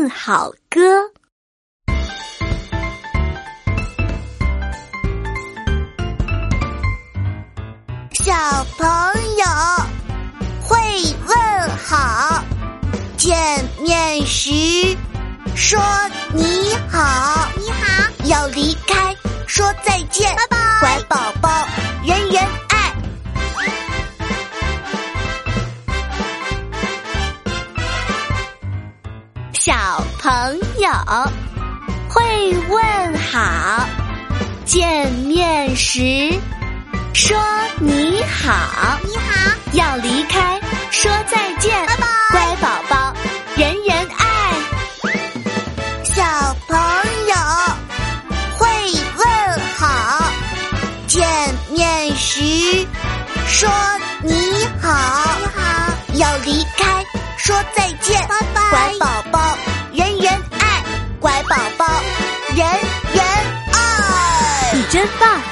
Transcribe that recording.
问好歌。 小朋友会问好，见面时说你好， 你好， 要离开说再见， 拜拜， 乖宝宝，人人爱。 小朋友会问好，见面时说你好， 你好， 要离开说再见， 拜拜， 乖宝宝，人人爱。 小朋友会问好，见面时说你好， 你好， 要离开说再见， 拜拜， 乖宝宝，人人爱，乖宝宝，人人爱。 你真棒！